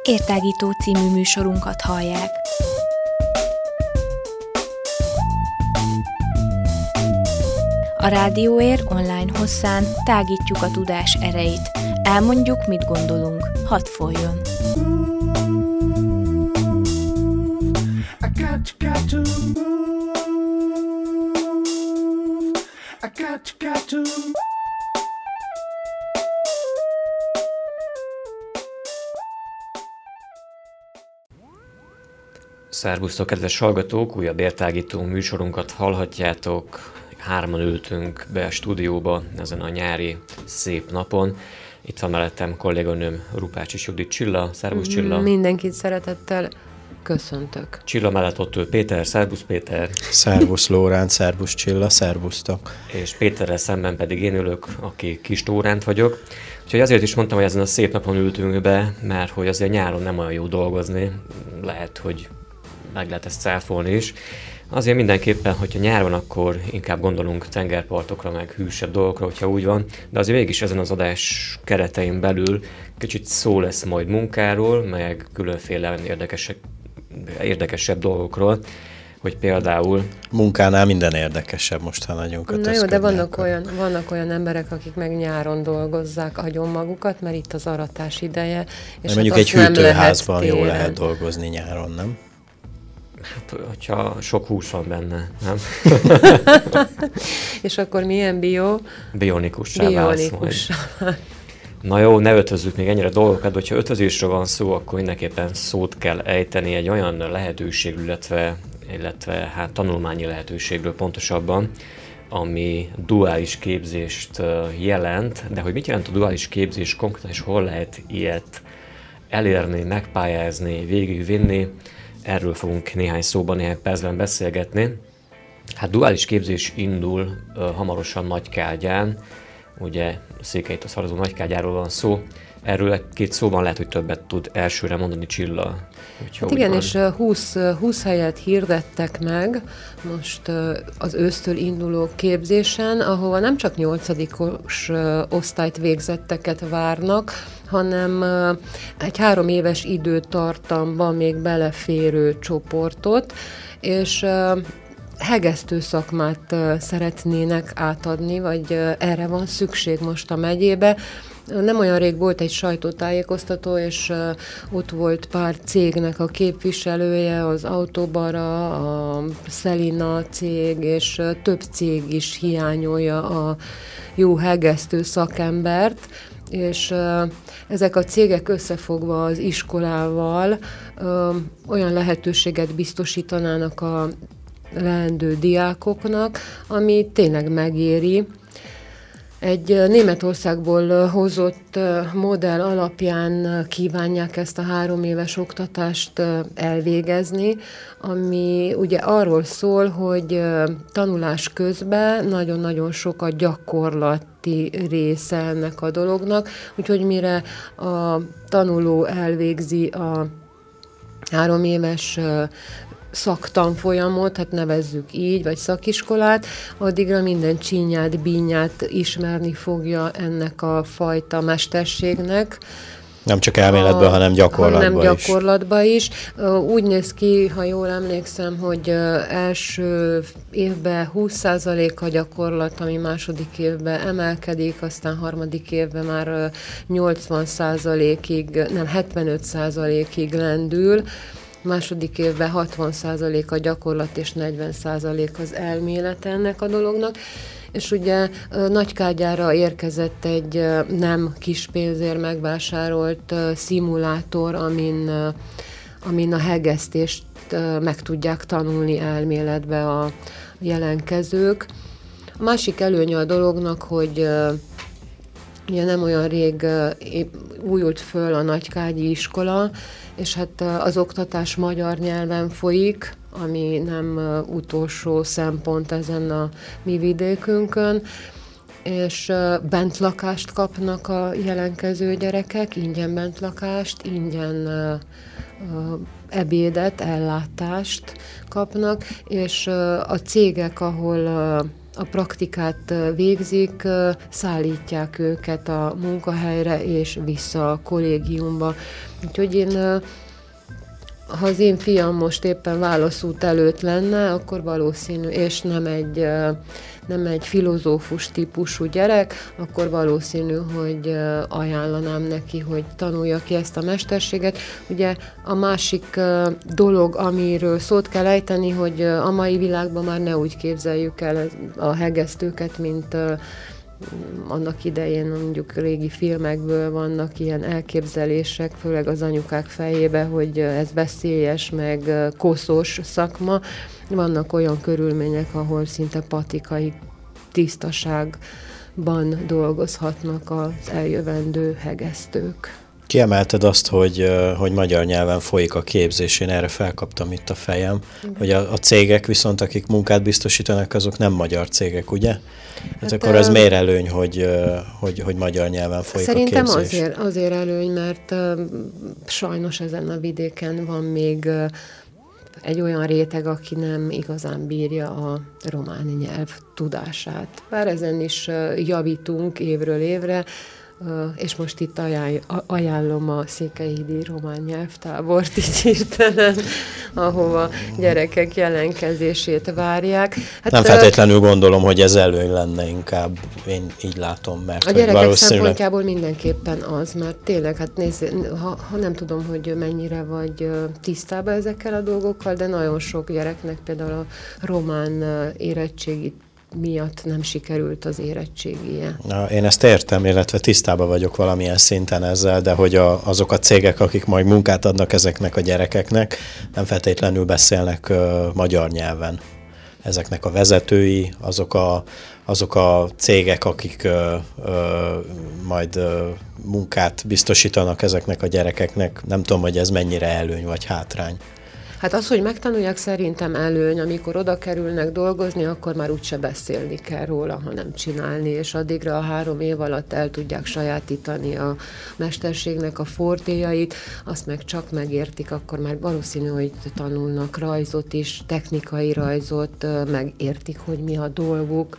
Értágító című műsorunkat hallják. A Rádióér online hosszán tágítjuk a tudás erejét. Elmondjuk, mit gondolunk. Hadd folyjon! Szervusztok, kedves hallgatók! Újabb értágító műsorunkat hallhatjátok. Hárman ültünk be a stúdióba ezen a nyári szép napon. Itt van mellettem kolléganőm Rupácsis Judit Csilla. Szervusz Csilla! Mindenkit szeretettel köszöntök. Csilla mellett ott ül Péter. Szervusz Péter! Szervusz Lórán, szervusz Csilla, szervusztok! És Péterrel szemben pedig én ülök, aki Kis Lóránt vagyok. Úgyhogy azért is mondtam, hogy ezen a szép napon ültünk be, mert hogy azért nyáron nem olyan jó dolgozni. Lehet, hogy meg lehet ezt cáfolni is. Azért mindenképpen, hogyha nyár van, akkor inkább gondolunk tengerpartokra, meg hűsebb dolgokra, hogyha úgy van. De azért végig is ezen az adás keretein belül kicsit szó lesz majd munkáról, meg különféle érdekesebb dolgokról, hogy például... Munkánál minden érdekesebb, most ha nagyon kötözködnek. Na jó, de vannak olyan emberek, akik meg nyáron dolgozzák agyon magukat, mert itt az aratás ideje. És mondjuk egy hűtőházban jól lehet dolgozni nyáron, nem? Hát, hogyha sok hús van benne, nem? És akkor milyen Bionikussá válsz majd. Na jó, ne ötözzük még ennyire dolgokat, de hogyha ötözésről van szó, akkor mindenképpen szót kell ejteni egy olyan lehetőségről, illetve hát tanulmányi lehetőségről pontosabban, ami duális képzést jelent, de hogy mit jelent a duális képzés konkrétan, és hol lehet ilyet elérni, megpályázni, végigvinni, erről fogunk néhány percben beszélgetni. Hát duális képzés indul hamarosan Nagykágyán, ugye Székelyhon származó Nagykágyáról van szó. Erről két szóban lehet, hogy többet tud elsőre mondani Csilla. Hát igen, és 20 helyet hirdettek meg most az ősztől induló képzésen, ahova nem csak 8-os osztályt végzetteket várnak, hanem egy 3 éves időtartamban még beleférő csoportot, és hegesztő szakmát szeretnének átadni, vagy erre van szükség most a megyébe. Nem olyan rég volt egy sajtótájékoztató, és ott volt pár cégnek a képviselője, az Autobara, a Selina cég, és több cég is hiányolja a jó hegesztő szakembert, és ezek a cégek összefogva az iskolával olyan lehetőséget biztosítanának a leendő diákoknak, ami tényleg megéri. Egy Németországból hozott modell alapján kívánják ezt a 3 éves oktatást elvégezni, ami ugye arról szól, hogy tanulás közben nagyon-nagyon sok a gyakorlati része ennek a dolognak, úgyhogy mire a tanuló elvégzi a 3 éves szaktanfolyamot, hát nevezzük így, vagy szakiskolát, addigra minden csínyát, bínyát ismerni fogja ennek a fajta mesterségnek. Nem csak elméletben, hanem gyakorlatban is. Úgy néz ki, ha jól emlékszem, hogy első évben 20% a gyakorlat, ami második évben emelkedik, aztán harmadik évben már 75%-ig lendül, második évben 60% a gyakorlat és 40% az elmélet ennek a dolognak. És ugye Nagykágyára érkezett egy nem kis pénzért megvásárolt szimulátor, amin a hegesztést meg tudják tanulni elméletbe a jelenkezők. A másik előnye a dolognak, hogy ugye nem olyan rég újult föl a Nagykágyi iskola, és hát az oktatás magyar nyelven folyik, ami nem utolsó szempont ezen a mi vidékünkön, és bentlakást kapnak a jelenkező gyerekek, ingyen bentlakást, ingyen ebédet, ellátást kapnak, és a cégek, ahol a praktikát végzik, szállítják őket a munkahelyre és vissza a kollégiumba. Úgyhogy ha az én fiam most éppen válaszút előtt lenne, akkor valószínű, és nem egy filozófus típusú gyerek, akkor valószínű, hogy ajánlanám neki, hogy tanulja ki ezt a mesterséget. Ugye a másik dolog, amiről szót kell ejteni, hogy a mai világban már ne úgy képzeljük el a hegesztőket, mint annak idején mondjuk régi filmekből vannak ilyen elképzelések, főleg az anyukák fejébe, hogy ez veszélyes, meg koszos szakma. Vannak olyan körülmények, ahol szinte patikai tisztaságban dolgozhatnak az eljövendő hegesztők. Kiemelted azt, hogy magyar nyelven folyik a képzés, én erre felkaptam itt a fejem, hogy a cégek viszont, akik munkát biztosítanak, azok nem magyar cégek, ugye? Hát akkor ez miért előny, hogy magyar nyelven folyik a képzés? Szerintem azért előny, mert sajnos ezen a vidéken van még egy olyan réteg, aki nem igazán bírja a román nyelv tudását. Bár ezen is javítunk évről évre, és most itt ajánlom a székelyhídi román nyelvtábort így hirtelen, ahova gyerekek jelentkezését várják. Hát, nem feltétlenül gondolom, hogy ez előny lenne, inkább én így látom, mert a gyerekek szempontjából mindenképpen az, mert tényleg, hát nézd, ha nem tudom, hogy mennyire vagy tisztában ezekkel a dolgokkal, de nagyon sok gyereknek például a román érettségit miatt nem sikerült az érettségie. Én ezt értem, illetve tisztában vagyok valamilyen szinten ezzel, de hogy azok a cégek, akik majd munkát adnak ezeknek a gyerekeknek, nem feltétlenül beszélnek magyar nyelven. Ezeknek a vezetői, azok a cégek, akik majd munkát biztosítanak ezeknek a gyerekeknek, nem tudom, hogy ez mennyire előny vagy hátrány. Hát az, hogy megtanulják, szerintem előny, amikor oda kerülnek dolgozni, akkor már úgyse beszélni kell róla, hanem csinálni, és addigra a 3 év alatt el tudják sajátítani a mesterségnek a fortéjait, azt meg csak megértik, akkor már valószínű, hogy tanulnak rajzot is, technikai rajzot, megértik, hogy mi a dolguk.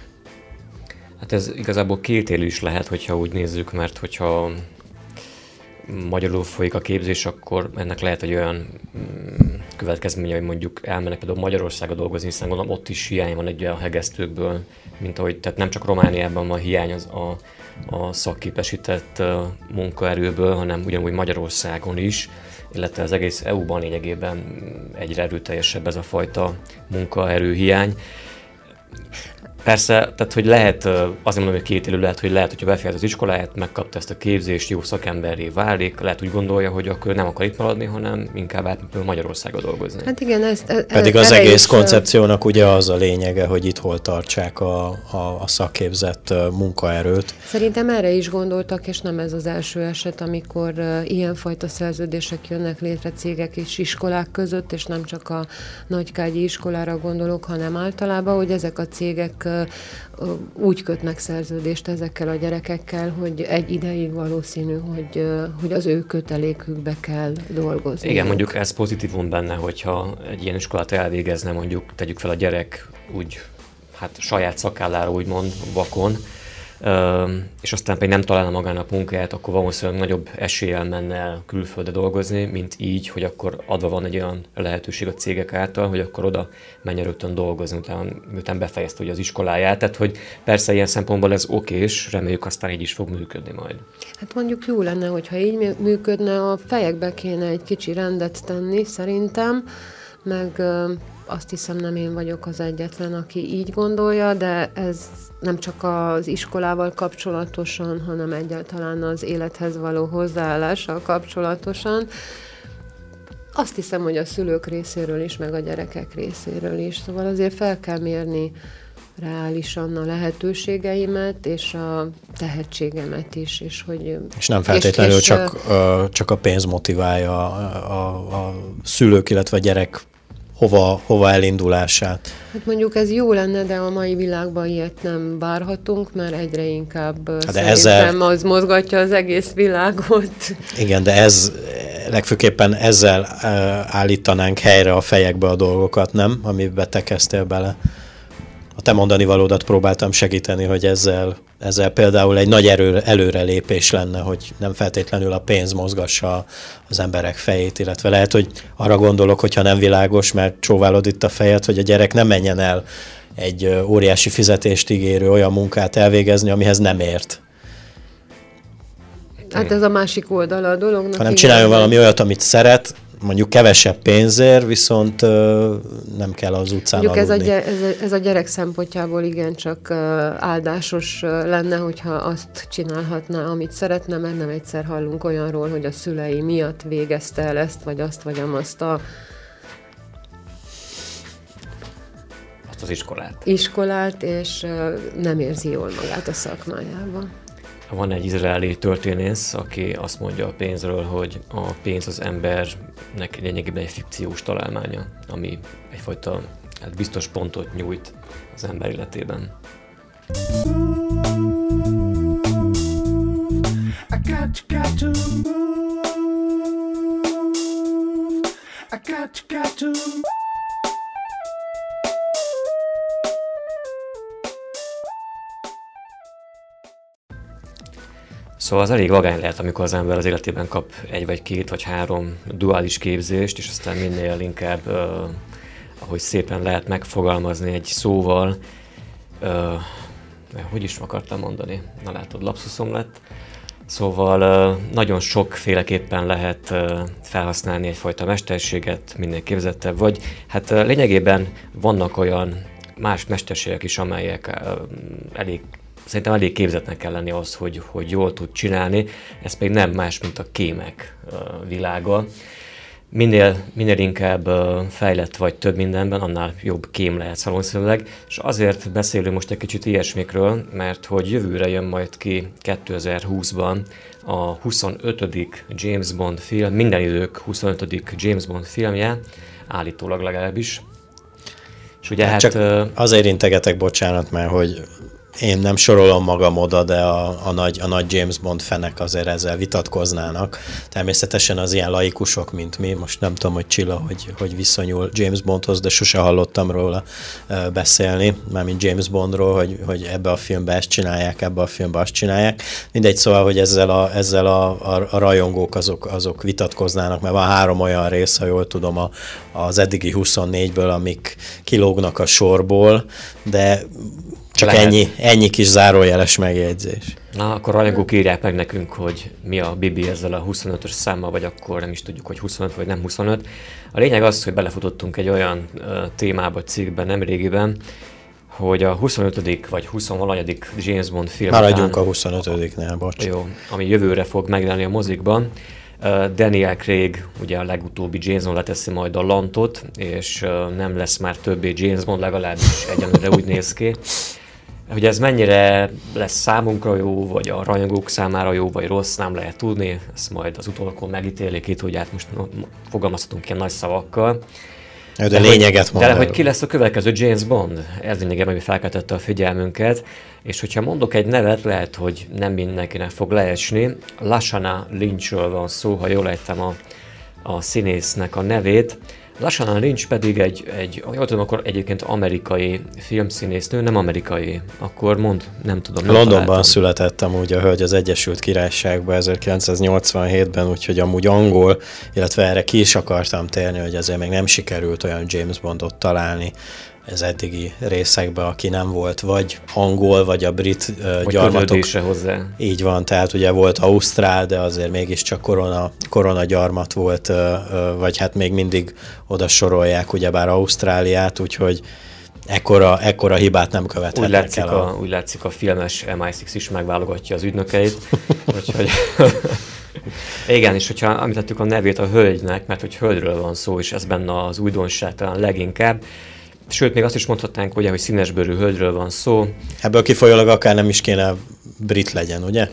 Hát ez igazából kétélű is lehet, hogyha úgy nézzük, mert hogyha magyarul folyik a képzés, akkor ennek lehet egy olyan következménye, hogy mondjuk elmennek például Magyarországra dolgozni, hiszen gondolom ott is hiány van egy olyan hegesztőkből, mint ahogy, tehát nem csak Romániában van hiány a szakképesített munkaerőből, hanem ugyanúgy Magyarországon is, illetve az egész EU-ban lényegében egyre erőteljesebb ez a fajta munkaerőhiány. Persze, tehát hogy lehet, azért mondom, hogy kétélű lehet, hogyha befejez az iskoláját, megkapta ezt a képzést, jó szakemberré válik, lehet úgy gondolja, hogy akkor nem akar itt maradni, hanem inkább átmegy Magyarországra dolgozni. Hát igen, pedig az egész koncepciónak ugye az a lényege, hogy itt hol tartsák a szakképzett munkaerőt. Szerintem erre is gondoltak, és nem ez az első eset, amikor ilyenfajta szerződések jönnek létre cégek és iskolák között, és nem csak a nagykágyi iskolára gondolok, hanem általában, hogy ezek a cégek úgy kötnek szerződést ezekkel a gyerekekkel, hogy egy ideig valószínű, hogy az ő kötelékükbe kell dolgozni. Igen, mondjuk ez pozitívum benne, hogyha egy ilyen iskolát elvégezne, mondjuk tegyük fel a gyerek úgy, hát saját szakállára úgymond vakon, és aztán pedig nem találna magának munkáját, akkor valószínűleg nagyobb eséllyel menne el külföldre dolgozni, mint így, hogy akkor adva van egy olyan lehetőség a cégek által, hogy akkor oda menjen rögtön dolgozni, miután befejezte ugye az iskoláját. Tehát, hogy persze ilyen szempontból ez okés, reméljük aztán így is fog működni majd. Hát mondjuk jó lenne, hogyha így működne, a fejekbe kéne egy kicsi rendet tenni szerintem, meg azt hiszem nem én vagyok az egyetlen, aki így gondolja, de ez nem csak az iskolával kapcsolatosan, hanem egyáltalán az élethez való hozzáállással kapcsolatosan. Azt hiszem, hogy a szülők részéről is, meg a gyerekek részéről is. Szóval azért fel kell mérni reálisan a lehetőségeimet, és a tehetségemet is. És nem feltétlenül csak a pénz motiválja a szülők, illetve a gyerek hova elindulását. Hát mondjuk ez jó lenne, de a mai világban ilyet nem várhatunk, mert egyre inkább szerintem az mozgatja az egész világot. Igen, de legfőképpen ezzel állítanánk helyre a fejekbe a dolgokat, nem? Amiben te kezdtél bele. A te mondani valódat próbáltam segíteni, hogy ezzel például egy nagy előrelépés lenne, hogy nem feltétlenül a pénz mozgassa az emberek fejét, illetve lehet, hogy arra gondolok, hogyha nem világos, mert csóválod itt a fejed, hogy a gyerek nem menjen el egy óriási fizetést ígérő olyan munkát elvégezni, amihez nem ért. Hát ez a másik oldala a dolognak. Hanem csináljon valami olyat, amit szeret, mondjuk kevesebb pénzért, viszont nem kell az utcán aludni. Ez a gyerek szempontjából igencsak áldásos lenne, hogyha azt csinálhatná, amit szeretne, mert nem egyszer hallunk olyanról, hogy a szülei miatt végezte el ezt, vagy azt, vagy amazt az iskolát, és nem érzi jól magát a szakmájában. Van egy izraeli történész, aki azt mondja a pénzről, hogy a pénz az embernek lényegében egy fikciós találmánya, ami egyfajta biztos pontot nyújt az ember életében. Szóval az elég vagány lehet, amikor az ember az életében kap egy vagy két vagy három duális képzést, és aztán minél inkább, ahogy szépen lehet megfogalmazni egy szóval, hogy is akartam mondani? Na látod, lapszuszom lett. Szóval nagyon sokféleképpen lehet felhasználni egyfajta mesterséget, minél képzettebb vagy. Hát lényegében vannak olyan más mesterségek is, amelyek szerintem elég képzettnek kell lenni az, hogy jól tud csinálni. Ez pedig nem más, mint a kémek világa. Minél inkább fejlett vagy több mindenben, annál jobb kém lehet valószínűleg. És azért beszélünk most egy kicsit ilyesmikről, mert hogy jövőre jön majd ki 2020-ban a 25. James Bond film, minden idők 25. James Bond filmje, állítólag legalábbis. És ugye csak azért integetek, bocsánat, mert hogy én nem sorolom magam oda, de a nagy James Bond fenek azért ezzel vitatkoznának. Természetesen az ilyen laikusok, mint mi, most nem tudom, hogy Csilla, hogy viszonyul James Bondhoz, de sose hallottam róla beszélni, mármint James Bondról, hogy ebbe a filmbe ezt csinálják, ebbe a filmbe azt csinálják. Mindegy, szóval, hogy ezzel a rajongók azok vitatkoznának, mert van 3 olyan rész, ha jól tudom, az eddigi 24-ből, amik kilógnak a sorból, de csak ennyi kis zárójeles megjegyzés. Na, akkor rajongók írják meg nekünk, hogy mi a Bibi ezzel a 25-ös számmal, vagy akkor nem is tudjuk, hogy 25 vagy nem 25. A lényeg az, hogy belefutottunk egy olyan témába, cikkben nemrégiben, hogy a 25. vagy 20-valadik James Bond film maradjunk a 25-nél, bocs. Jó, ami jövőre fog megjelenni a mozikban. Daniel Craig, ugye a legutóbbi James Bond leteszi majd a lantot, és nem lesz már többé James Bond, legalábbis egyenlőre úgy néz ki. Hogy ez mennyire lesz számunkra jó, vagy a rajongók számára jó, vagy rossz, nem lehet tudni, ezt majd az utódokon megítélik, itt ugye hát most fogalmazhatunk ilyen nagy szavakkal. De lényeget mondani. De hogy ki lesz a következő James Bond? Ez lényegében, ami felkeltette a figyelmünket, és hogyha mondok egy nevet, lehet, hogy nem mindenkinek fog leesni. Lashana Lynchről van szó, ha jól ejtem a színésznek a nevét. Lashana Lynch pedig egy jól tudom, akkor egyébként amerikai filmszínésznő, nem amerikai, akkor nem tudom. Nem Londonban találtam. Születettem úgy a hölgy az Egyesült Királyságban 1987-ben, úgyhogy amúgy angol, illetve erre ki is akartam térni, hogy azért még nem sikerült olyan James Bondot találni az eddigi részekben, aki nem volt vagy angol, vagy a brit gyarmatok. Hozzá. Így van, tehát ugye volt ausztrál, de azért mégiscsak korona gyarmat volt, vagy hát még mindig oda sorolják ugyebár Ausztráliát, úgyhogy ekkora hibát nem követhetnek el. Úgy látszik a filmes MI6 is megválogatja az ügynökeit. Úgyhogy igen, és hogyha említettük a nevét a hölgynek, mert hogy hölgyről van szó, és ez benne az újdonság talán leginkább. Sőt, még azt is mondhatnánk, ugye, hogy színesbőrű hölgyről van szó. Ebből kifolyólag akár nem is kéne brit legyen, ugye?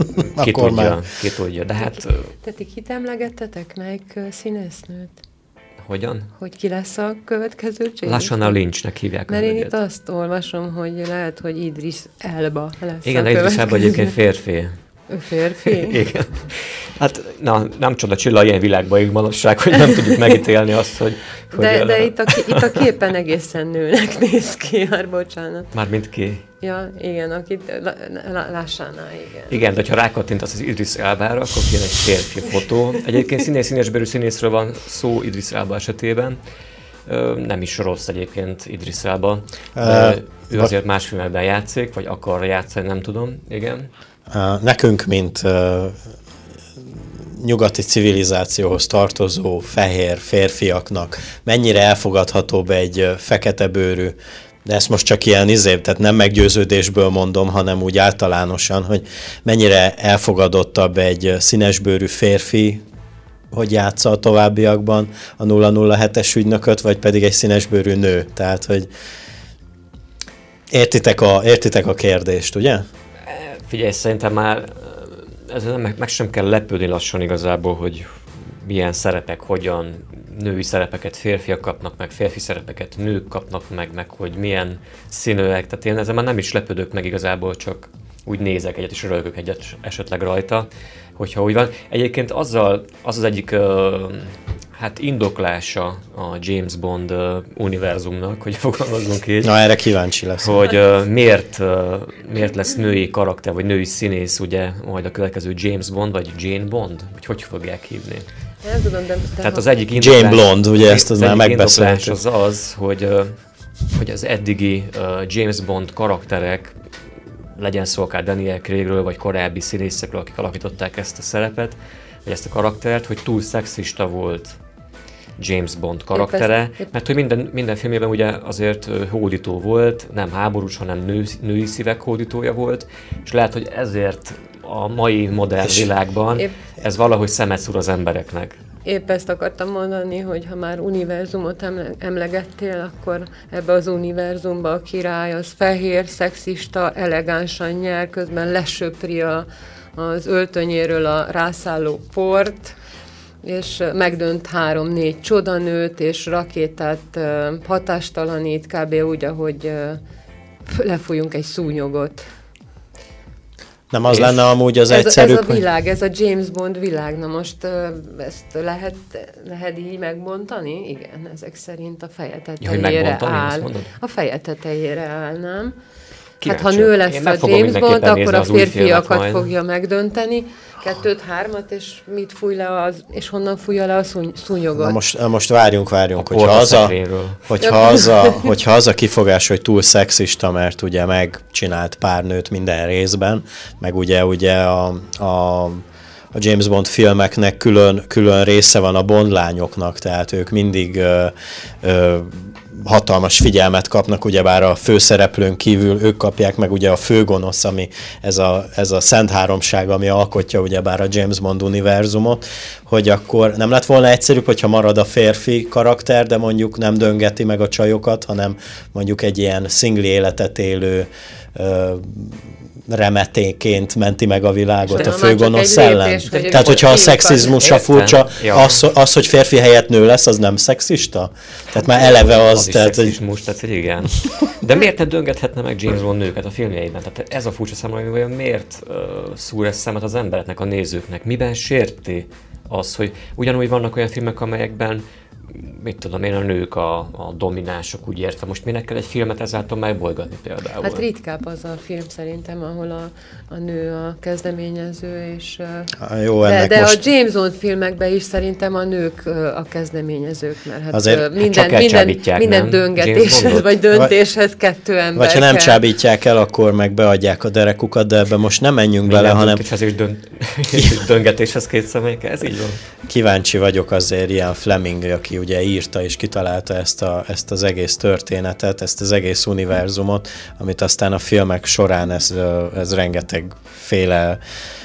Ki tudja, de hát... Tehát kit emlegettetek, melyik színésznőt? Hogyan? Hogy ki lesz a következő James? Lashana Lynchnek hívják. Mert én itt azt olvasom, hogy lehet, hogy Idris Elba lesz. Igen, Idris Elba egyébként férfi. Ő férfi? Igen. Hát nem csoda Csilla, ilyen világban él manapság, hogy nem tudjuk megítélni azt, hogy... De itt a képen egészen nőnek néz ki, bocsánat. Mármint ki? Ja, igen, akit lássánál, igen. Igen, de ha rákattintasz az Idris Elbára, akkor kijön egy férfi fotó. Egyébként színesbőrű színészről van szó Idris Elba esetében. Nem is rossz egyébként Idris Elba. Ő azért más filmekben játszik, vagy akar játszani, nem tudom. Igen. Nekünk, mint nyugati civilizációhoz tartozó fehér férfiaknak mennyire elfogadhatóbb egy feketebőrű, de ezt most csak ilyen tehát nem meggyőződésből mondom, hanem úgy általánosan, hogy mennyire elfogadottabb egy színesbőrű férfi, hogy játsza a továbbiakban a 007-es ügynököt, vagy pedig egy színesbőrű nő. Tehát, hogy értitek a kérdést, ugye? Figyelj, szerintem már ezzel meg sem kell lepődni lassan igazából, hogy milyen szerepek, hogyan női szerepeket férfiak kapnak meg, férfi szerepeket nők kapnak meg hogy milyen színűek. Tehát én ezzel már nem is lepődök meg igazából, csak úgy nézek egyet és rögök egyet esetleg rajta, hogyha úgy van. Egyébként az egyik indoklása a James Bond univerzumnak, hogy fogalmazzunk így. Na, erre kíváncsi lesz. Hogy miért lesz női karakter, vagy női színész, ugye, majd a következő James Bond, vagy Jane Bond, vagy hogy fogják hívni. Nem tudom, de tehát az egyik indoklás... Jane Blonde, ugye ezt már megbeszéltük. Az, hogy az eddigi James Bond karakterek, legyen szó akár Daniel Craigről, vagy korábbi színészekről, akik alakították ezt a szerepet, vagy ezt a karaktert, hogy túl szexista volt James Bond karaktere, mert hogy minden filmében ugye azért hódító volt, nem háborús, hanem női szívek hódítója volt, és lehet, hogy ezért a mai modern világban ez valahogy szemet szúr az embereknek. Épp ezt akartam mondani, hogy ha már univerzumot emlegettél, akkor ebbe az univerzumba a király az fehér, szexista, elegánsan nyer, közben lesöpri az öltönyéről a rászálló port, és megdönt 3-4 csodanőt, és rakétát hatástalanít, kb. Úgy, ahogy lefújunk egy szúnyogot. Nem az lenne amúgy az egyszerűbb? Ez a világ, ez a James Bond világ. Na most ezt lehet így megbontani? Igen, ezek szerint a feje tetejére áll. A feje tetejére áll, nem? Hát ha nő lesz a James Bond, akkor a férfiakat fogja megdönteni. 2-3-at, és mit fúj le és honnan fújja le a szúnyogot? Na most várjunk, hogyha az a kifogás, hogy túl szexista, mert ugye megcsinált pár nőt minden részben, meg ugye a James Bond filmeknek külön része van a Bond lányoknak, tehát ők mindig hatalmas figyelmet kapnak, ugyebár a főszereplőn kívül ők kapják meg ugye a főgonosz, ami ez a szent háromság, ami alkotja ugyebár a James Bond univerzumot, hogy akkor nem lett volna egyszerűbb, hogyha marad a férfi karakter, de mondjuk nem döngeti meg a csajokat, hanem mondjuk egy ilyen szingli életet élő remetéként menti meg a világot a főgonosz ellen. Tehát, hogyha a szexizmusra furcsa, az, hogy férfi helyett nő lesz, az nem szexista? Tehát már eleve az... szexizmus, tehát igen. De miért ne döngethetne meg James Bond nőket a filmjeiben? Tehát ez a furcsa számomra, hogy vajon miért szúr ez szemet az embereknek, a nézőknek? Miben sérti az, hogy ugyanúgy vannak olyan filmek, amelyekben mit tudom én, a nők a dominánsok, úgy értve. Most minek kell egy filmet ezáltal megbolygatni például? Hát ritkább az a film szerintem, ahol a nő a kezdeményező, és de a James Bond filmekben is szerintem a nők a kezdeményezők, mert hát azért minden döngetéshez vagy döntéshez 2 ember vagy ha nem csábítják el, akkor meg beadják a derekukat, de ebbe most nem menjünk bele, hanem... Döngetéshez 2 személy kell, ez így van. Kíváncsi vagyok azért ilyen Fleming, aki ugye írta és kitalálta ezt az egész történetet, ezt az egész univerzumot, amit aztán a filmek során ez rengetegféle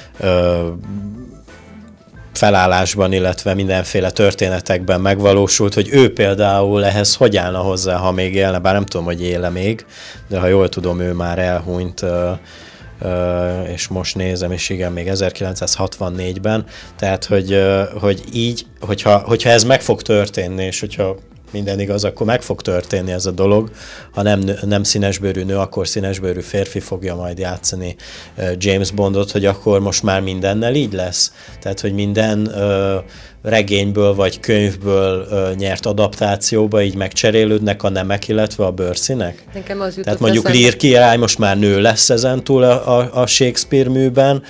felállásban, illetve mindenféle történetekben megvalósult, hogy ő például ehhez hogy állna hozzá, ha még élne, bár nem tudom, hogy éle még, de ha jól tudom, ő már elhunyt, és most nézem, és igen, még 1964-ben, tehát, hogy így, hogyha ez meg fog történni, és hogyha minden igaz, akkor meg fog történni ez a dolog. Ha nem színesbőrű nő, akkor színesbőrű férfi fogja majd játszani James Bondot, hogy akkor most már mindennel így lesz. Tehát, hogy minden regényből vagy könyvből nyert adaptációba így megcserélődnek a nemek, illetve a bőrszínek? Tehát mondjuk Lear király most már nő lesz ezentúl a Shakespeare műben,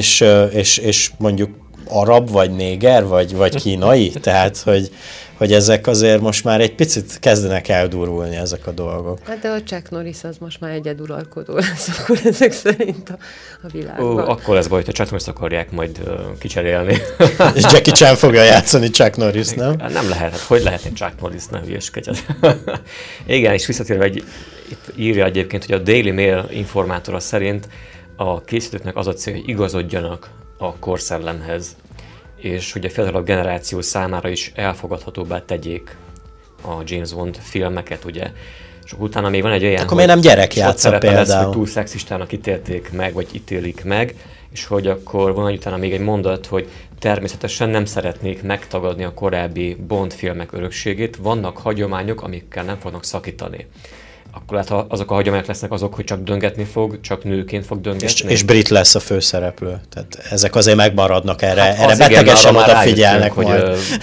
és mondjuk arab, vagy néger, vagy kínai, tehát, hogy ezek azért most már egy picit kezdenek eldurulni ezek a dolgok. Hát de a Chuck Norris az most már egyeduralkodó lesz, akkor ezek szerint a világban. Akkor lesz baj, hogy a Chuck Norris akarják majd kicserélni. És Jackie Chan fogja játszani Chuck Norris, nem? Nem lehet, hát hogy lehetne Chuck Norris, ne hülyeskedj. Igen, és visszatérve, itt írja egyébként, hogy a Daily Mail informátora szerint a készítőknek az a cél, hogy igazodjanak a korszellemhez, és hogy a fiatalabb generáció számára is elfogadhatóbbá tegyék a James Bond filmeket, ugye. És utána még van egy olyan, akkor miért nem gyerek játsza például? Lesz, hogy túl szexistának ítélték meg, vagy ítélik meg, és hogy akkor van utána még egy mondat, hogy természetesen nem szeretnék megtagadni a korábbi Bond filmek örökségét, vannak hagyományok, amikkel nem fognak szakítani. Akkor hát azok a hagyományok lesznek azok, hogy csak döngetni fog, csak nőként fog döngetni. És brit lesz a főszereplő. Tehát ezek azért megmaradnak erre. Hát erre betegesen odafigyelnek majd.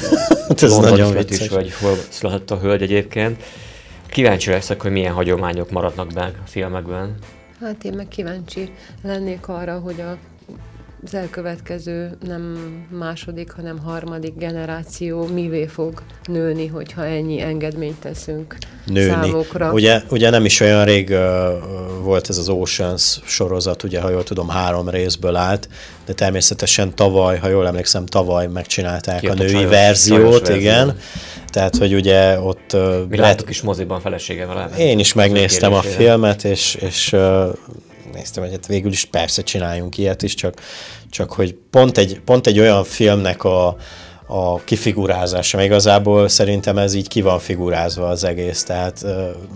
Ez nagyon vicces. Is, hogy hol született a hölgy egyébként. Kíváncsi leszek, hogy milyen hagyományok maradnak be a filmekben. Hát én meg kíváncsi lennék arra, hogy az elkövetkező nem második, hanem harmadik generáció mivé fog nőni, hogyha ennyi engedményt teszünk számukra. Ugye nem is olyan rég volt ez az Oceans sorozat, ugye, ha jól tudom, 3 részből állt, de természetesen tavaly, ha jól emlékszem, megcsinálták a női verziót, igen. Tehát, hogy ugye ott... Mi láttuk is moziban feleségevel. Én is megnéztem a filmet, és néztem, hogy hát végül is persze csináljunk ilyet is, csak hogy pont egy olyan filmnek a kifigurázása, igazából szerintem ez így ki van figurázva az egész, tehát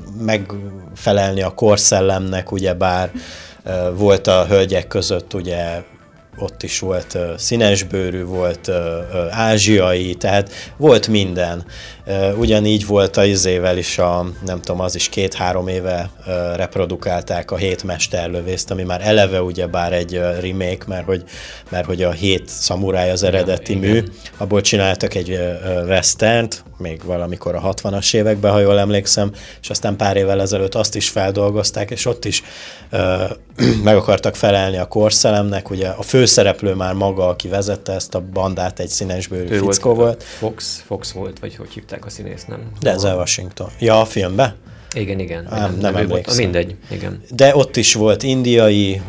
megfelelni a korszellemnek, ugyebár volt a hölgyek között, ugye ott is volt színesbőrű, volt ázsiai, tehát volt minden. Ugyanígy volt a izével is nem tudom, az is 2-3 éve reprodukálták a 7 mesterlövészt, ami már eleve ugyebár egy remake, mert hogy a 7 szamuráj az eredeti mű, abból csináltak egy westernt, még valamikor a 60-as években, ha jól emlékszem, és aztán pár évvel ezelőtt azt is feldolgozták, és ott is meg akartak felelni a korszellemnek, ugye a főszereplő már maga, aki vezette ezt a bandát, egy színesbőrű fickó volt. Fox volt, vagy hogy hívták a színész, nem? Denzel Washington. Ja, a filmben? Igen. Nem emlékszem. Mindegy, igen. De ott is volt indiai,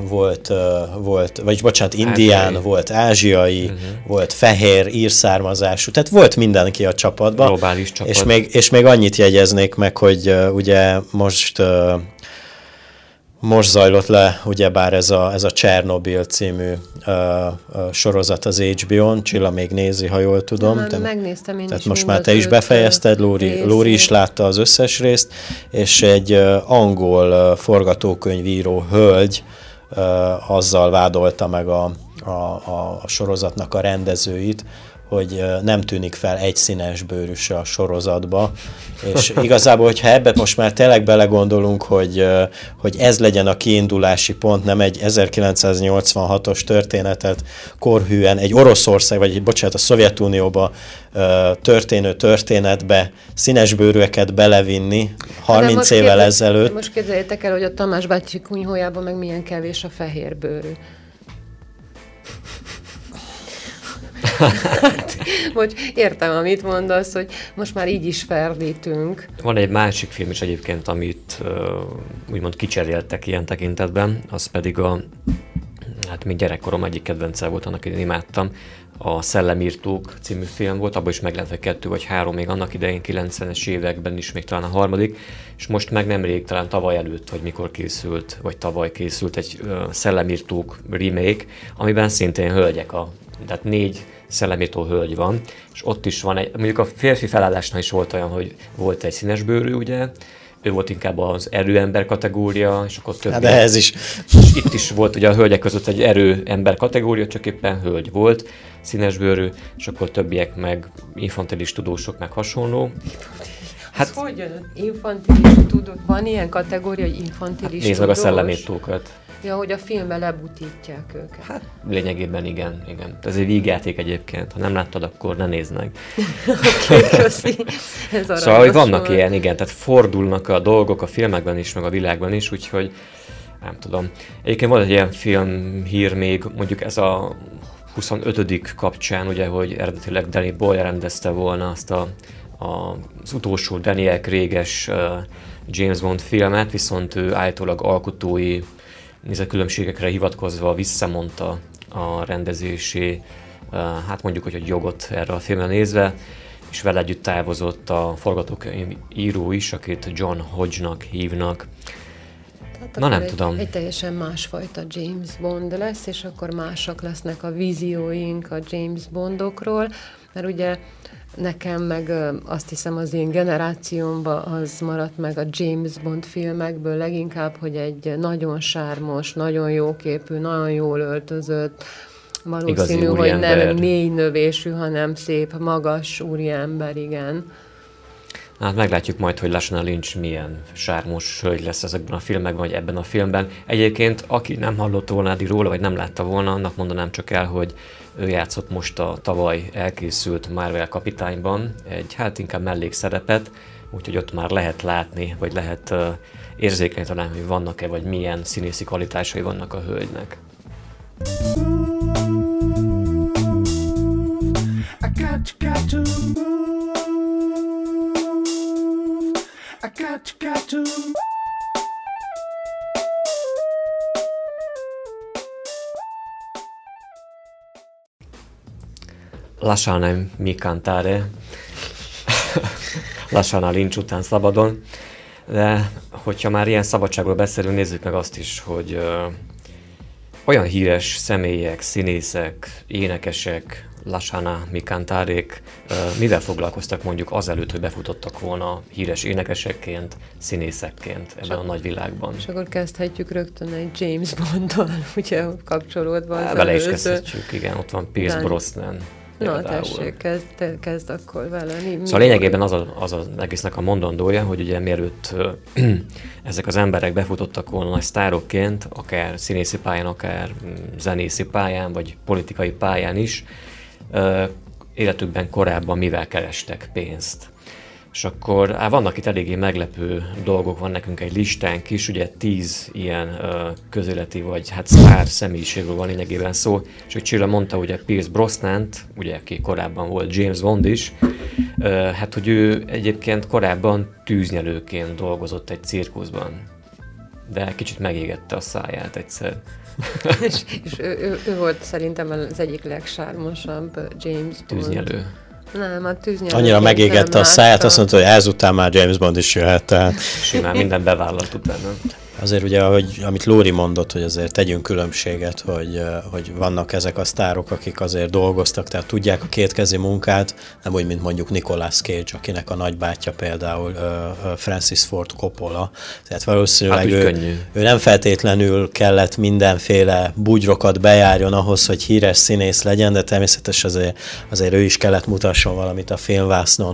indián, volt ázsiai, volt fehér, ír származású, tehát volt mindenki a csapatban. Globális csapat. És még annyit jegyeznék meg, hogy ugye most zajlott le ugyebár ez a Csernobil című sorozat az HBO-n, Csilla még nézi, ha jól tudom. Megnéztem én tehát most már te is befejezted, Lóri is látta az összes részt, és egy angol forgatókönyvíró hölgy azzal vádolta meg a sorozatnak a rendezőit, hogy nem tűnik fel egy színes bőrű se a sorozatba, és igazából, hogyha ebbe most már tényleg belegondolunk, hogy ez legyen a kiindulási pont, nem egy 1986-os történetet korhűen, egy Oroszország, a Szovjetunióba történő történetbe színesbőrűeket belevinni 30 évvel ezelőtt. Most képzeljétek el, hogy a Tamás bácsi kunyhójában meg milyen kevés a fehérbőrű. Most értem, amit mondasz, hogy most már így is ferdítünk. Van egy másik film is egyébként, amit úgymond kicseréltek ilyen tekintetben, az pedig még gyerekkorom egyik kedvence volt, annak idején imádtam, a Szellemírtók című film volt, abban is megjelent, hogy 2 vagy 3, még annak idején 90-es években is, még talán a 3, és most meg nemrég, talán tavaly előtt, hogy mikor készült, vagy tavaly készült egy Szellemírtók remake, amiben szintén hölgyek, tehát 4 szellemírtó hölgy van, és ott is van mondjuk a férfi felállásnál is volt olyan, hogy volt egy színesbőrű, ugye, ő volt inkább az erőember kategória, és akkor több. De ez is. És itt is volt ugye a hölgyek között egy erőember kategória, csak éppen hölgy volt, színesbőrű, és akkor többiek meg infantilis tudósok, meg hasonló. Hát hogy infantilis tudod? Van ilyen kategória, hogy infantilis nézd meg a Szellemírtókat. Ja, hogy a filmben lebutítják őket. Hát lényegében igen. Ez egy vígjáték egyébként. Ha nem láttad, akkor ne nézd meg. Oké, köszi. Szóval, hogy vannak ilyen, igen, tehát fordulnak a dolgok a filmekben is, meg a világban is, úgyhogy nem tudom. Egyébként volt egy ilyen filmhír még, mondjuk ez a 25. kapcsán, ugye, hogy eredetileg Danny Boyle rendezte volna azt az utolsó Daniel Craig-es James Bond filmet, viszont ő állítólag alkotói különbségekre hivatkozva visszamondta a rendezési, hát mondjuk, hogy a jogot erre a filmre nézve, és vele együtt távozott a forgatókönyvíró is, akit John Hodge-nak hívnak. Na nem tudom. Egy teljesen másfajta James Bond lesz, és akkor másak lesznek a vízióink a James Bondokról, mert ugye nekem meg azt hiszem az én generációmban az maradt meg a James Bond filmekből leginkább, hogy egy nagyon sármos, nagyon jóképű, nagyon jól öltözött, valószínű, hogy nem mély növésű, hanem szép, magas úriember, igen. Hát meglátjuk majd, hogy Lashana Lynch milyen sármos hölgy lesz ezekben a filmekben, vagy ebben a filmben. Egyébként, aki nem hallott volna eddig róla, vagy nem látta volna, annak mondanám csak el, hogy ő játszott most a tavaly elkészült Marvel kapitányban egy, hát inkább mellékszerepet, úgyhogy ott már lehet látni, vagy lehet érzékelni talán, hogy vannak-e, vagy milyen színészi kvalitásai vannak a hölgynek. Lasciare mi cantare, Lashana Lynch után szabadon, de hogyha már ilyen szabadságról beszélünk, nézzük meg azt is, hogy olyan híres személyek, színészek, énekesek, Lashana mi cantarék mivel foglalkoztak mondjuk azelőtt, hogy befutottak volna híres énekesekként, színészekként ebben a nagy világban. És akkor kezdhetjük rögtön egy James Bonddal, ugye kapcsolódva az vele is kezdhetjük, igen, ott van Pierce Brosnan. Na tessék, kezd akkor vele. Szóval lényegében az egésznek a mondandója, hogy ugye mielőtt ezek az emberek befutottak volna nagy sztárokként, akár színészi pályán, akár zenészi pályán, vagy politikai pályán is, életükben korábban mivel kerestek pénzt. És akkor vannak itt eléggé meglepő dolgok, van nekünk egy listánk is, ugye 10 ilyen közéleti vagy hát sztár személyiségről van lényegében szó, és hogy Csilla mondta ugye Pierce Brosnant, ugye aki korábban volt James Bond is, hát hogy ő egyébként korábban tűznyelőként dolgozott egy cirkuszban, de kicsit megégette a száját egyszer. és ő volt szerintem az egyik legsármosabb James Bond. Tűznyelő. Nem, a tűznyelő. Annyira megégette a száját, azt mondta, hogy ezután már James Bond is jöhet. Tehát. Simán minden bevállalt utána. Azért ugye, amit Lóri mondott, hogy azért tegyünk különbséget, hogy vannak ezek a sztárok, akik azért dolgoztak, tehát tudják a kétkezi munkát, nem úgy, mint mondjuk Nicolas Cage, akinek a nagybátyja például Francis Ford Coppola. Tehát valószínűleg ő nem feltétlenül kellett mindenféle bugyrokat bejárjon ahhoz, hogy híres színész legyen, de természetesen azért ő is kellett mutasson valamit a filmvásznon,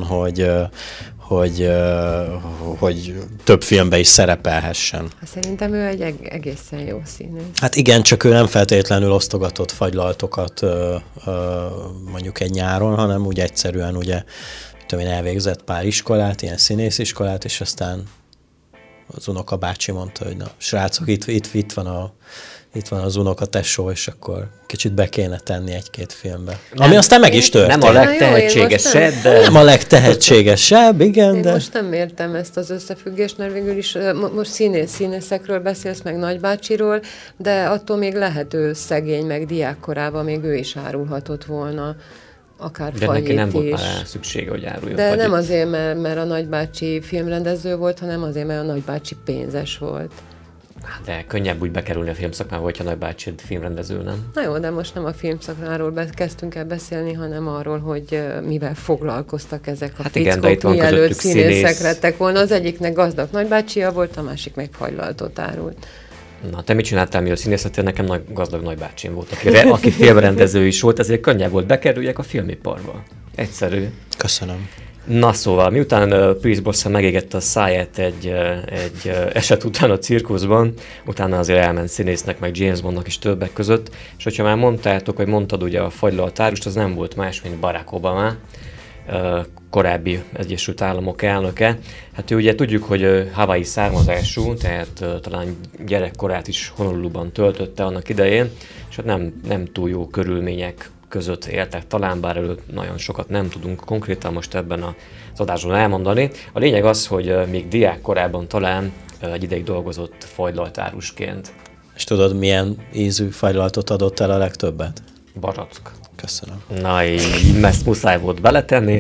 hogy több filmben is szerepelhessen. Szerintem ő egy egészen jó színész. Hát igen, csak ő nem feltétlenül osztogatott fagylaltokat mondjuk egy nyáron, hanem úgy egyszerűen ugye, tudom én, elvégzett pár iskolát, ilyen színésziskolát, és aztán az unokabácsi mondta, hogy na, srácok, itt van az unokatesó, és akkor kicsit be kéne tenni egy-két filmbe. Ami aztán meg is történt. Nem a legtehetségesebb, de... Nem a legtehetségesebb, igen, de... Én most nem értem ezt az összefüggést, mert végül is most színészekről beszélsz, meg nagybácsiról, de attól még lehet ő szegény, meg diákkorában még ő is árulhatott volna. Akár de neki nem volt már szüksége, hogy áruljon. De nem azért, mert a nagybácsi filmrendező volt, hanem azért, mert a nagybácsi pénzes volt. De könnyebb úgy bekerülni a filmszakmába, hogyha nagybácsi filmrendező, nem? Na jó, de most nem a filmszakmáról kezdtünk el beszélni, hanem arról, hogy mivel foglalkoztak ezek a fickók, mielőtt színészek lettek volna. Az egyiknek gazdag nagybácsia volt, a másik meg fagylaltot árult. Na, te mit csináltál, mielőtt színész? Nekem gazdag nagybácsim volt, aki filmrendező is volt, ezért könnyebb volt bekerüljek a filmiparba. Egyszerű. Köszönöm. Na szóval, miután Pierce Brosnan megégette a száját egy eset után a cirkuszban, utána azért elment színésznek, meg James Bondnak is többek között, és hogyha már mondtad ugye a fagylalt árust, az nem volt más, mint Barack Obama, korábbi Egyesült Államok elnöke. Hát ő ugye tudjuk, hogy Hawaii származású, tehát talán gyerekkorát is Honoluluban töltötte annak idején, és hát nem túl jó körülmények között éltek talán, bár előtt nagyon sokat nem tudunk konkrétan most ebben az adásban elmondani. A lényeg az, hogy még diákkorában talán egy ideig dolgozott fagylaltárusként. És tudod, milyen ízű fagylaltot adott el a legtöbbet? Barack. Köszönöm. Na, ezt muszáj volt beletenni.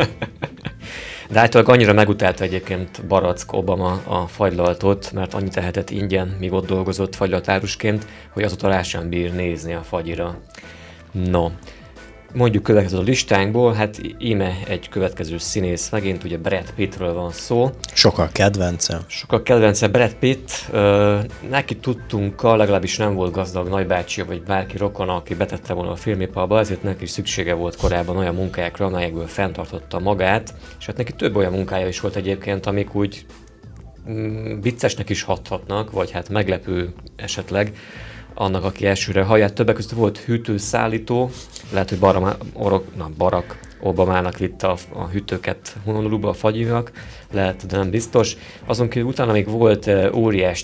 De általában annyira megutálta egyébként Barack Obama a fagylaltot, mert annyit tehetett ingyen, míg ott dolgozott fagylaltárusként, hogy azóta rá sem bír nézni a fagyira. No, mondjuk következő a listánkból, hát íme egy következő színész megint, ugye Brad Pittről van szó. Sokak kedvence Brad Pitt, neki tudtunk, legalábbis nem volt gazdag nagybácsia, vagy bárki rokona, aki betette volna a filmiparba, ezért neki is szüksége volt korábban olyan munkákra, amelyekből fenntartotta magát, és hát neki több olyan munkája is volt egyébként, amik úgy viccesnek is hathatnak, vagy hát meglepő esetleg annak, aki elsőre hallja. Többek között volt hűtőszállító, lehet, hogy Barack Obamának vitte a hűtőket Honoluluba a fagyinak, lehet, de nem biztos. Azon kívül utána még volt óriás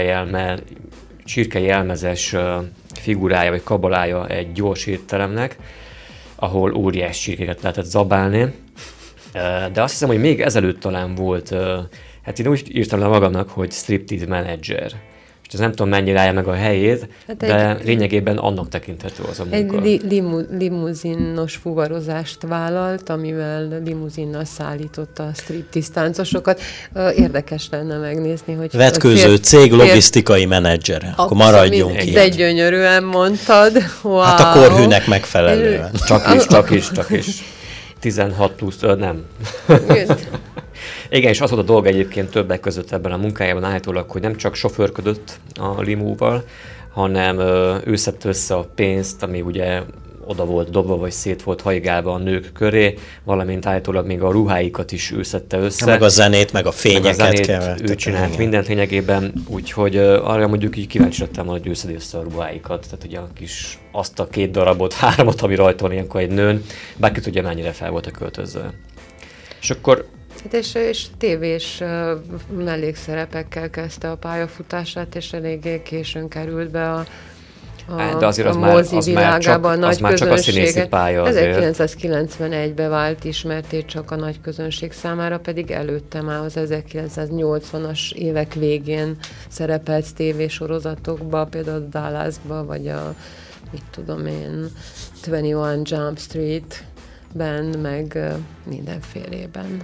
csirkejelmezes figurája, vagy kabalája egy gyors étteremnek, ahol óriás csirkéket lehetett zabálni. De azt hiszem, hogy még ezelőtt talán volt, hát én úgy írtam le magamnak, hogy striptease manager. És ez nem tudom, mennyire állja meg a helyét, hát de lényegében annak tekinthető az a munka. Egy limuzinos fuvarozást vállalt, amivel limuzinnal szállította a striptease táncosokat. Érdekes lenne megnézni, hogy... Vetkőző cég logisztikai menedzsere. Akkor maradjunk így. De gyönyörűen mondtad. Wow. Hát a korhűnek megfelelően. Csak is. 16 plusz, nem. Igen, és az volt a dolga egyébként többek között ebben a munkájában állítólag, hogy nem csak sofőrködött a limúval, hanem ő szedte össze a pénzt, ami ugye oda volt dobva, vagy szét volt hajgálva a nők köré, valamint állítólag még a ruháikat is ő szedte össze. Meg a zenét, meg a fényeket kevertek. Ő csinált mindent lényegében, úgyhogy arra mondjuk így kíváncsi lettem, hogy ő szedi össze a ruháikat, tehát ugye a kis azt a 2 darabot, 3, ami rajta van ilyenkor egy nőn, bárki tudja, mennyire fel volt a költözve. És akkor és tévés mellékszerepekkel kezdte a pályafutását, és eléggé későn került be a de azért az mozi világában nagy közönséget. Csak a színészi pálya azért. 1991-ben vált ismerté csak a nagy közönség számára, pedig előtte már az 1980-as évek végén szerepelt tévésorozatokba, például Dallasba, vagy a, mit tudom én, 21 Jump Street-ben, meg mindenfélében.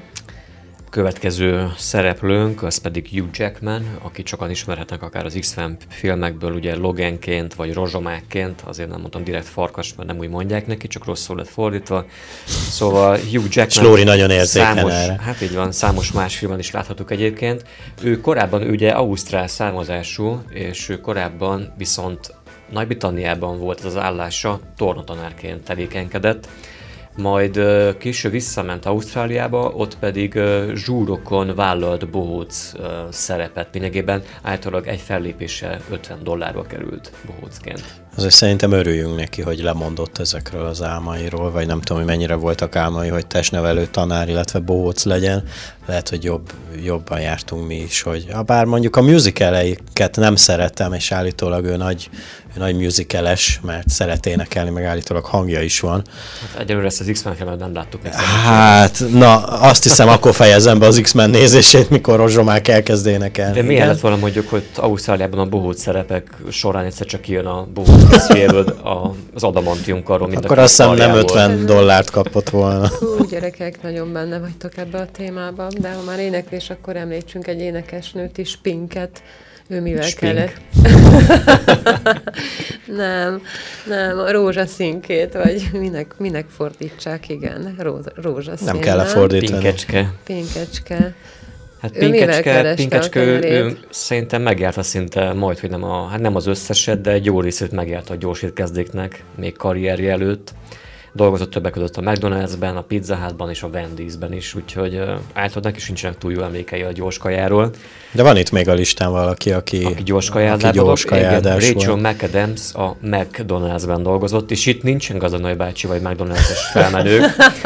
Következő szereplőnk, az pedig Hugh Jackman, aki sokan ismerhetnek akár az X-Men filmekből, ugye Loganként, vagy rozsomákként, azért nem mondtam direkt farkas, mert nem úgy mondják neki, csak rosszul lett fordítva. Szóval Hugh Jackman... Lóri nagyon érzékeny erre. Hát így van, számos más filmben is láthatók egyébként. Ő korábban ugye ausztrál származású, és ő korábban viszont Nagy-Britanniában volt az állása, tornatanárként tevékenykedett, majd később visszament Ausztráliába, ott pedig zsúrokon vállalt bohóc szerepet. Lényegében általában egy fellépése $50 került bohócként. Azért szerintem örüljünk neki, hogy lemondott ezekről az álmairól, vagy nem tudom, hogy mennyire voltak álmai, hogy testnevelő tanár, illetve bohóc legyen. Lehet, hogy jobban jártunk mi is, hogy bár mondjuk a musicaleiket nem szeretem, és állítólag ő nagy musicales, mert szeret énekelni, meg állítólag hangja is van. Hát egyelőre ezt az X-Men filmet nem láttuk. Hát, na, azt hiszem, akkor fejezem be az X-Men nézését, mikor rozsomák elkezd énekelni. De miért lett volna mondjuk, hogy Ausztráliában a bohóc szerepek során egyszer csak kijön a bohóc az adamantium karról, mint akkor azt hiszem nem $50 kapott volna. Gyerekek, nagyon benne vagytok ebbe a témában, de ha már éneklés, akkor említsünk egy énekesnőt is, Pinket. Ő mivel kellett? nem, a rózsaszínkét, vagy minek fordítsák, igen, rózsaszín. Nem kell fordítani. Pinkecske. Hát Pinkecske ő szerintem megjárta szinte majd, hogy nem az összeset, de egy jó részét megjárta a gyors étkezdéknek, még karrierje előtt. dolgozott többek között a McDonald'sben, a Pizza Hutban és a Wendy'sben is, úgyhogy általában neki sincsenek túl jó emlékei a gyorskajáról. De van itt még a listán valaki, aki gyors kajádás Rachel McAdams a McDonald'sben dolgozott, és itt nincsen Gazdanai bácsi vagy McDonald's-es felmenők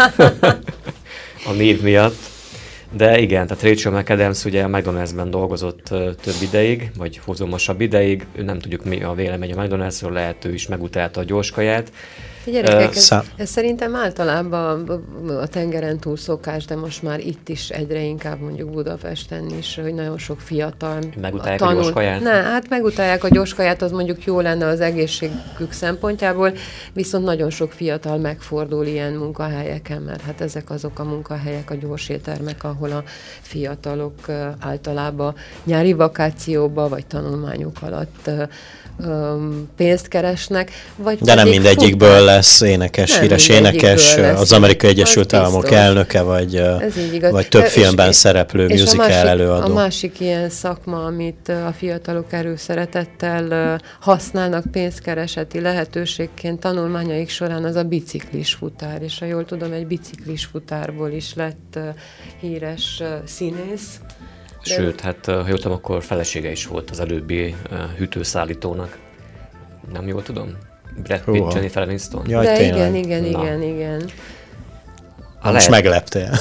a név miatt. De igen, tehát Rachel McAdams ugye a McDonald'sben dolgozott több ideig, vagy hozomosabb ideig, nem tudjuk mi a vélemény a McDonald'sról, lehet ő is megutálta a gyorskaját. Gyerekek, ez szerintem általában a tengeren túl szokás, de most már itt is egyre inkább mondjuk Budapesten is, hogy nagyon sok fiatal megutálják a gyorskaját? Hát megutálják a gyorskaját, az mondjuk jó lenne az egészségük szempontjából, viszont nagyon sok fiatal megfordul ilyen munkahelyeken, mert hát ezek azok a munkahelyek, a gyorséttermek, ahol a fiatalok általában nyári vakációba vagy tanulmányok alatt pénzt keresnek. De nem mindegyikből lesz énekes, híres énekes, az Amerikai Egyesült Államok elnöke, vagy több filmben szereplő musical előadó. A másik ilyen szakma, amit a fiatalok erőszeretettel használnak pénzkereseti lehetőségként tanulmányaik során, az a biciklisfutár. És ha jól tudom, egy biciklisfutárból is lett híres színész. Sőt, hát ha jól tudom, akkor felesége is volt az előbbi hűtőszállítónak. Nem jól tudom? Brad Pitt, Jennifer Aniston. Jaj, de tényleg. igen. Most megleptél.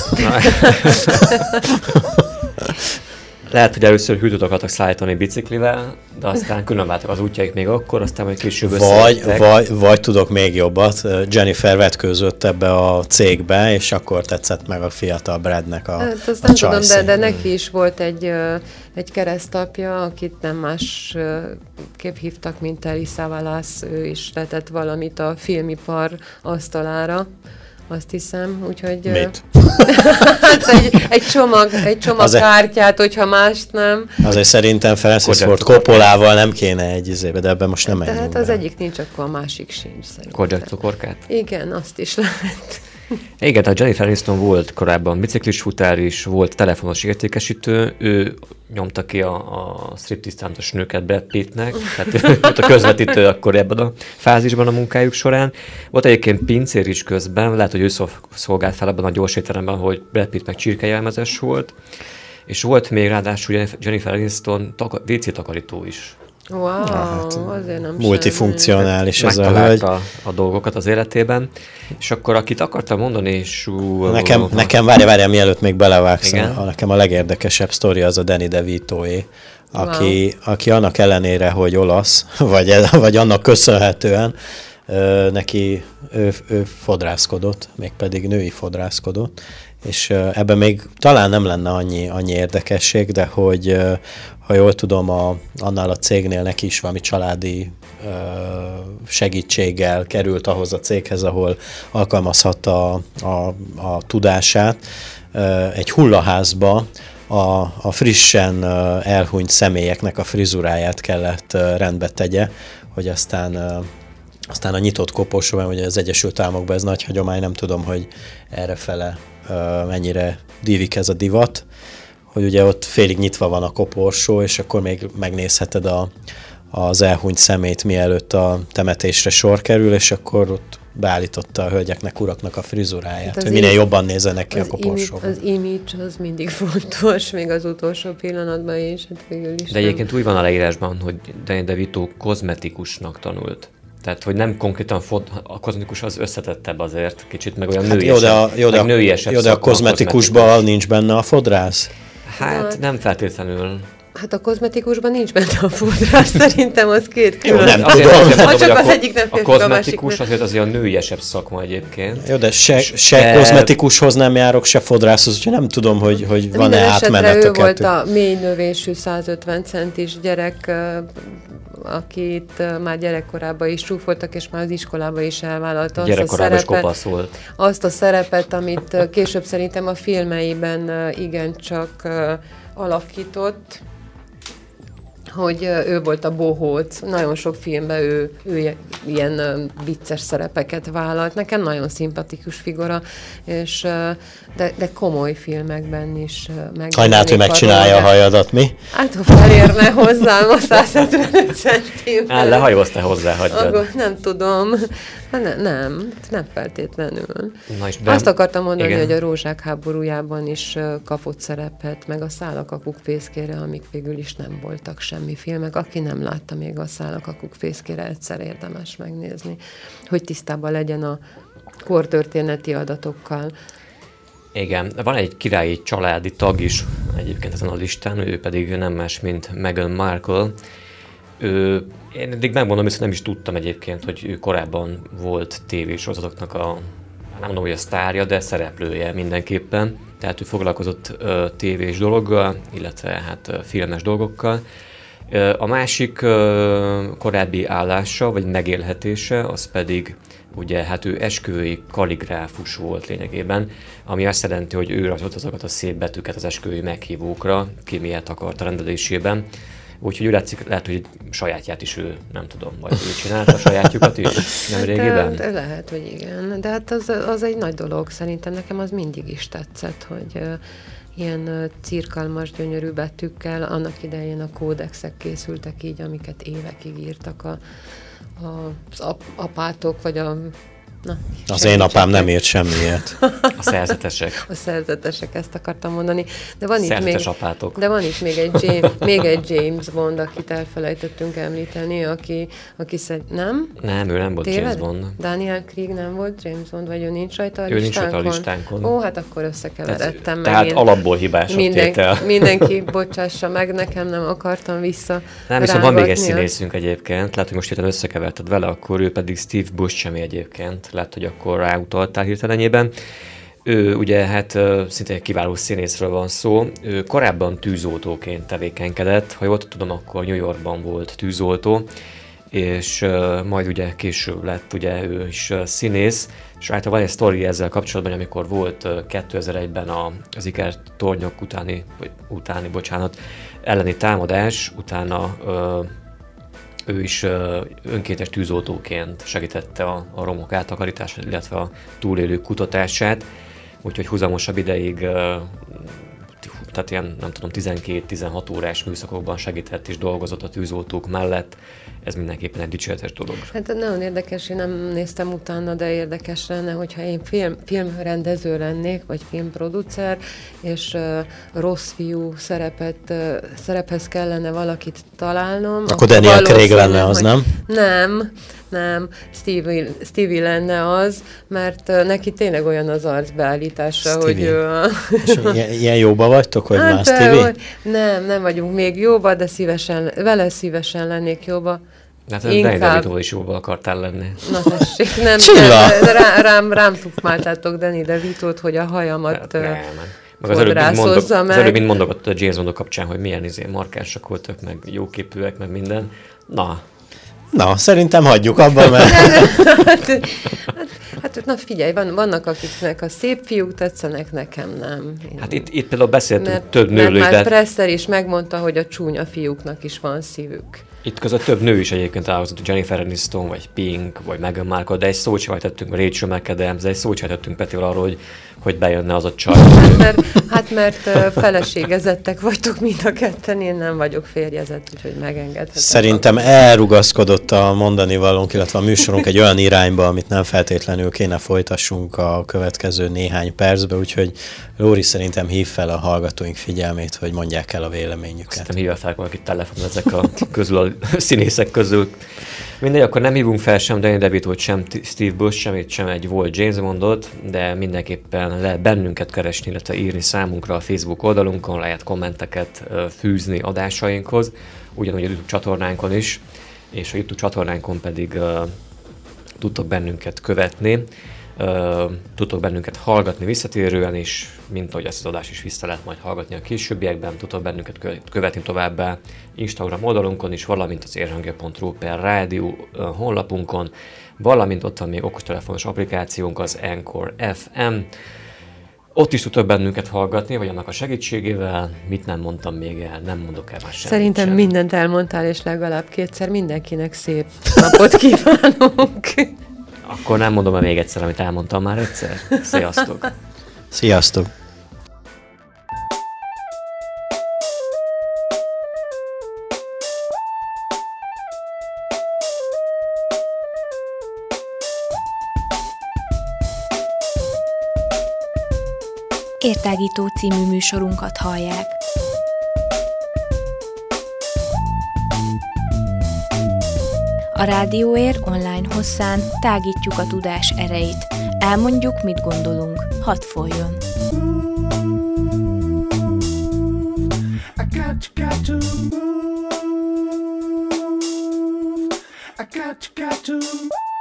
Lehet, hogy először hűtőt akartak szállítani biciklivel, de aztán különváltak az útjaik még akkor, aztán majd később vagy tudok még jobbat, Jennifer vetkőzött ebbe a cégbe, és akkor tetszett meg a fiatal Bradnek a hát azt nem tudom, de neki is volt egy keresztapja, akit nem másképp hívtak, mint Elisa Wallace, ő is letett valamit a filmipar asztalára. Azt hiszem, úgyhogy... Mit? Hát egy csomag kártyát, hogyha mást nem. Azért szerintem Francis Ford Coppolával nem kéne egy izébe, de ebben most nem menjünk. Tehát az egyik nincs, akkor a másik sincs szerintem. Kojak cukorkát? Igen, azt is lehet. Igen, tehát Jennifer Aniston volt korábban biciklisfutár is, volt telefonos értékesítő, ő nyomta ki a striptease-tántos nőket Brad Pittnek, tehát ő volt a közvetítő akkor ebben a fázisban a munkájuk során. Volt egyébként pincér is közben, lehet, hogy ő szolgált fel abban a gyorsétteremben, hogy Brad Pitt meg csirkejelmezes volt, és volt még ráadásul Jennifer Aniston WC takarító is. Wow, hát, azért nem multifunkcionális ez a hölgy. Megtalálta a dolgokat az életében. És akkor akit akartam mondani, és... Nekem várjál, mielőtt még belevágsz, nekem a legérdekesebb sztori az a Danny DeVitoé, aki annak ellenére, hogy olasz, vagy annak köszönhetően, neki ő fodrászkodott, mégpedig női fodrászkodott, és ebben még talán nem lenne annyi érdekesség, de hogy ha jól tudom, annál a cégnél neki is valami családi segítséggel került ahhoz a céghez, ahol alkalmazhatta a tudását. Egy hullaházba a frissen elhunyt személyeknek a frizuráját kellett rendbe tegye, hogy aztán a nyitott koporsóban, ugye az Egyesült Államokban ez nagy hagyomány, nem tudom, hogy errefele mennyire dívik ez a divat, hogy ugye ott félig nyitva van a koporsó, és akkor még megnézheted az elhunyt szemét, mielőtt a temetésre sor kerül, és akkor ott beállította a hölgyeknek, uraknak a frizuráját, hát hogy minél jobban nézzenek ki a koporsóban. Az image az mindig fontos, még az utolsó pillanatban is. Hát végül is de egyébként úgy van a leírásban, hogy Danny DeVito kozmetikusnak tanult. Tehát, hogy nem konkrétan a kozmetikus az összetettebb azért, kicsit meg olyan nőiesebb. Jó, de a kozmetikusban nincs benne a fodrász? Hát nem feltétlenül. Hát a kozmetikusban nincs benne a fodrász, szerintem az két külön. Nem tudom. Csak az egyik nem a kozmetikus azért azért a nőiesebb szakma egyébként. Jó, de se kozmetikushoz nem járok, se fodrászhoz, úgyhogy nem tudom, hogy van-e átmenet a kettő. Ő volt a mély növésű 150 centis gyerek, akit már gyerekkorában is csúfoltak, és már az iskolában is elvállalta azt a szerepet, amit később szerintem a filmeiben igencsak alakított. hogy ő volt a bohóc. Nagyon sok filmben ő ilyen vicces szerepeket vállalt. Nekem nagyon szimpatikus figura, és de komoly filmekben is meg. Hajnát, hogy megcsinálja a hajadat, mi? Hát, ha felérne hozzám a 175 centivel. Lehajózz, te hozzá hagyjad. Nem tudom. Nem feltétlenül. Na azt akartam mondani, igen. hogy a Rózsák háborújában is kapott szerepet, meg a Szálakakuk fészkére, amik végül is nem voltak semmi filmek. Aki nem látta még a Szálakakuk fészkére, egyszer érdemes megnézni, hogy tisztában legyen a kortörténeti adatokkal. Igen, van egy királyi családi tag is egyébként ezen a listán, ő pedig nem más, mint Meghan Markle. Én eddig megmondom, hogy nem is tudtam egyébként, hogy ő korábban volt tévésorozatoknak nem mondom, hogy a sztárja, de szereplője mindenképpen. Tehát ő foglalkozott tévés dologgal, illetve hát filmes dolgokkal. A másik korábbi állása, vagy megélhetése, az pedig ugye hát ő esküvői kalligráfus volt lényegében, ami azt jelenti, hogy ő rajzott azokat a szép betűket az esküvői meghívókra, ki miért akart a rendelésében. Úgyhogy ő látszik, lehet, hogy sajátját is ő, nem tudom, vagy ő csinálta a sajátjukat is nem régiben? De lehet, hogy igen. De hát az egy nagy dolog. Szerintem nekem az mindig is tetszett, hogy ilyen cirkalmas, gyönyörű betűkkel, annak idején a kódexek készültek így, amiket évekig írtak az apátok, vagy az én apám nem írt semmiért. A szerzetesek. A szerzetesek, ezt akartam mondani. De van szerzetes apátok. De van itt még egy James Bond, akit elfelejtettünk említeni, aki nem? Nem, ő nem volt James Bond. Daniel Craig nem volt James Bond, vagy ő nincs rajta a listánkon? Ő nincs rajta a listánkon. Ó, hát akkor összekeveredtem. Tehát alapból hibás a tétel. Mindenki bocsássa meg, nekem nem akartam vissza. Nem, viszont van még egy színészünk egyébként, lehet, hogy most hirtelen összekeverted vele, akkor ő pedig Steve Buscemi egyébként. Lehet, hogy akkor ráutaltál hirtelenjében. Ő ugye hát szinte egy kiváló színészről van szó. Ő korábban tűzoltóként tevékenykedett, ha jól tudom, akkor New Yorkban volt tűzoltó, és majd ugye később lett ugye ő is színész, és általában van egy sztori ezzel kapcsolatban, amikor volt 2001-ben az ikertornyok elleni támadás, utána ő is önkéntes tűzoltóként segítette a romok eltakarítását, illetve a túlélők kutatását, úgyhogy húzamosabb ideig, tehát ilyen, nem tudom, 12-16 órás műszakokban segített és dolgozott a tűzoltók mellett. Ez mindenképpen egy dicséretes dolog. Hát nagyon érdekes, én nem néztem utána, de érdekes lenne, hogyha én filmrendező lennék, vagy filmproducer, és rossz fiú szerephez kellene valakit találnom. Akkor Daniel Craig lenne az, nem? Nem, Stevie lenne az, mert neki tényleg olyan az arcbeállítása, Stevie. Hogy... Ilyen jóba vagytok, hogy már Stevie? Nem vagyunk még jóba, de vele szívesen lennék jóba. Hát Danny DeVito is jóba akartál lenni. Na tessék, nem, rám tufmáltátok Danny DeVitót, hogy a hajamat fodrászozza meg. Az előbb mind mondott a James Bond kapcsán, hogy milyen markánsak voltak, meg jóképűek, meg minden. Na, szerintem hagyjuk abban, mert... Hát figyelj, vannak akiknek a szép fiúk tetszenek, nekem nem. Hát itt például beszéltünk több nőről. Mert már Presser is megmondta, hogy a csúnya fiúknak is van szívük. Itt között több nő is egyébként elhozott, Jennifer Aniston, vagy Pink, vagy Meghan Markle, de egy szót sem ejtettünk, Rachel McAdams, de egy szót sem ejtettünk Petivel arról, hogy bejönne az a csaj. Mert feleségezettek vagytok mind a ketten, én nem vagyok férjezett, úgyhogy megengedhetem. Szerintem elrugaszkodott a mondani valónk, illetve a műsorunk egy olyan irányba, amit nem feltétlenül kéne folytassunk a következő néhány percbe, úgyhogy Lóri szerintem hív fel a hallgatóink figyelmét, hogy mondják el a véleményüket. Szerintem hívja fel valaki telefonon ezek a színészek közül. Mindegy, akkor nem hívunk fel sem Danny DeVitót, sem Steve Buscemit, sem egy volt James Bondot, de mindenképpen lehet bennünket keresni, illetve írni számunkra a Facebook oldalunkon, lehet kommenteket fűzni adásainkhoz, ugyanúgy a YouTube csatornánkon is, és a YouTube csatornánkon pedig tudtok bennünket követni, tudtok bennünket hallgatni visszatérően is, mint ahogy ezt az adást is vissza lehet majd hallgatni a későbbiekben, tudtok bennünket követni továbbá Instagram oldalunkon is, valamint az érhangja.ru/rádió honlapunkon, valamint ott van még okostelefonos applikációnk, az Anchor FM. ott is tud bennünket hallgatni, vagy annak a segítségével. Mit nem mondtam még el, nem mondok el már semmit. Szerintem mindent elmondtál, és legalább kétszer mindenkinek szép napot kívánunk. Akkor nem mondom el még egyszer, amit elmondtam már egyszer. Sziasztok! Sziasztok! Értágító című műsorunkat hallják. A Rádióér online hosszán tágítjuk a tudás erejét. Elmondjuk, mit gondolunk. Hadd folyjon! I got to move.